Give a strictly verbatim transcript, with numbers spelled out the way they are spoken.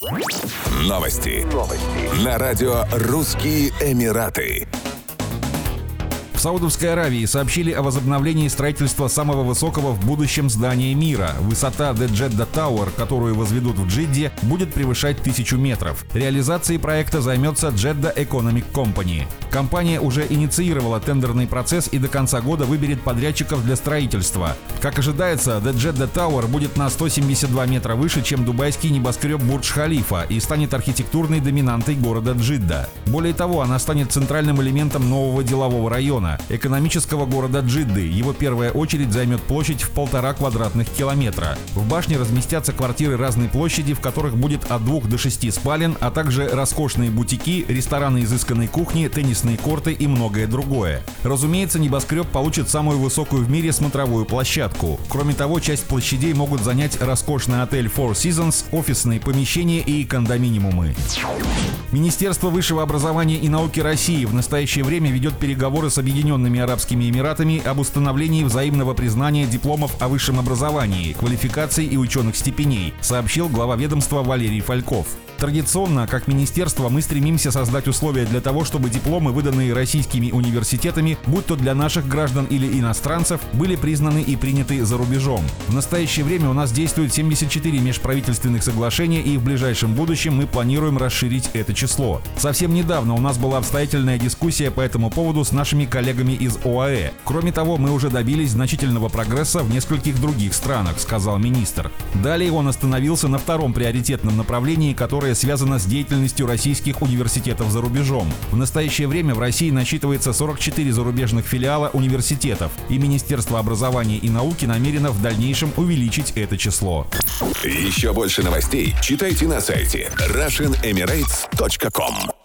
Новости. Новости. На радио «Русские Эмираты». В Саудовской Аравии сообщили о возобновлении строительства самого высокого в будущем здания мира. Высота The Jeddah Tower, которую возведут в Джидде, будет превышать тысячу метров. Реализацией проекта займется Jeddah Economic Company. Компания уже инициировала тендерный процесс и до конца года выберет подрядчиков для строительства. Как ожидается, The Jeddah Tower будет на сто семьдесят два метра выше, чем дубайский небоскреб Бурдж-Халифа, и станет архитектурной доминантой города Джидда. Более того, она станет центральным элементом нового делового района, экономического города Джидды. Его первая очередь займет площадь в полтора квадратных километра. В башне разместятся квартиры разной площади, в которых будет от двух до шести спален, а также роскошные бутики, рестораны изысканной кухни, теннисные корты и многое другое. Разумеется, небоскреб получит самую высокую в мире смотровую площадку. Кроме того, часть площадей могут занять роскошный отель Four Seasons, офисные помещения и кондоминиумы. Министерство высшего образования и науки России в настоящее время ведет переговоры с Объединенными Арабскими Эмиратами об установлении взаимного признания дипломов о высшем образовании, квалификации и ученых степеней, сообщил глава ведомства Валерий Фальков. Традиционно, как министерство, мы стремимся создать условия для того, чтобы дипломы, выданные российскими университетами, будь то для наших граждан или иностранцев, были признаны и приняты за рубежом. В настоящее время у нас действует семьдесят четыре межправительственных соглашения, и в ближайшем будущем мы планируем расширить это число. Совсем недавно у нас была обстоятельная дискуссия по этому поводу с нашими коллегами из ОАЭ. Кроме того, мы уже добились значительного прогресса в нескольких других странах, сказал министр. Далее он остановился на втором приоритетном направлении, которое связано с деятельностью российских университетов за рубежом. В настоящее время в России насчитывается сорок четыре зарубежных филиала университетов, и Министерство образования и науки намерено в дальнейшем увеличить это число. Еще больше новостей читайте на сайте Russian Emirates точка ком.